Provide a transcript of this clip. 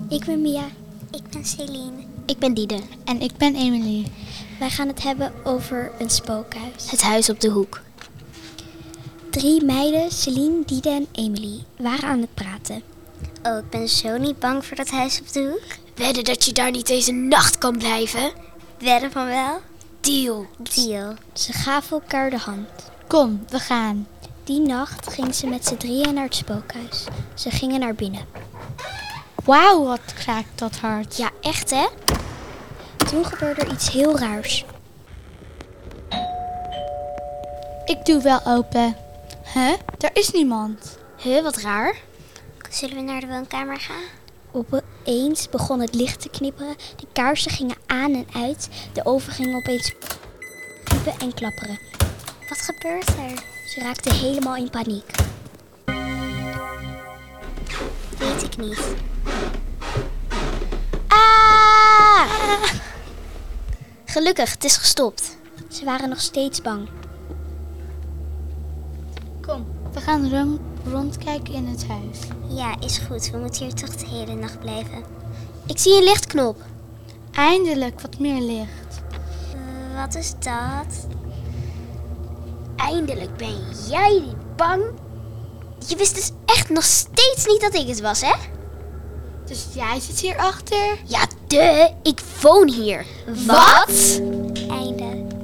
Ik ben Mia. Ik ben Celine. Ik ben Diede. En ik ben Emily. Wij gaan het hebben over een spookhuis. Het huis op de hoek. 3 meiden, Celine, Diede en Emily, waren aan het praten. Oh, ik ben zo niet bang voor dat huis op de hoek. Wedden dat je daar niet deze nacht kan blijven? Wedden van wel? Deal. Deal. Ze gaven elkaar de hand. Kom, we gaan. Die nacht gingen ze met z'n 3 naar het spookhuis. Ze gingen naar binnen. Wauw, wat kraakt dat hard. Ja, echt hè? Toen gebeurde er iets heel raars. Ik doe wel open. Huh? Daar is niemand. Wat raar. Zullen we naar de woonkamer gaan? Opeens begon het licht te knipperen. De kaarsen gingen aan en uit. De oven ging opeens piepen en klapperen. Wat gebeurt er? Ze raakten helemaal in paniek. Weet ik niet. Gelukkig, het is gestopt. Ze waren nog steeds bang. Kom, we gaan rondkijken in het huis. Ja, is goed. We moeten hier toch de hele nacht blijven. Ik zie een lichtknop. Eindelijk wat meer licht. Wat is dat? Eindelijk ben jij bang. Je wist dus echt nog steeds niet dat ik het was, hè? Dus jij zit hier achter? Ja, ik woon hier. Wat? Einde.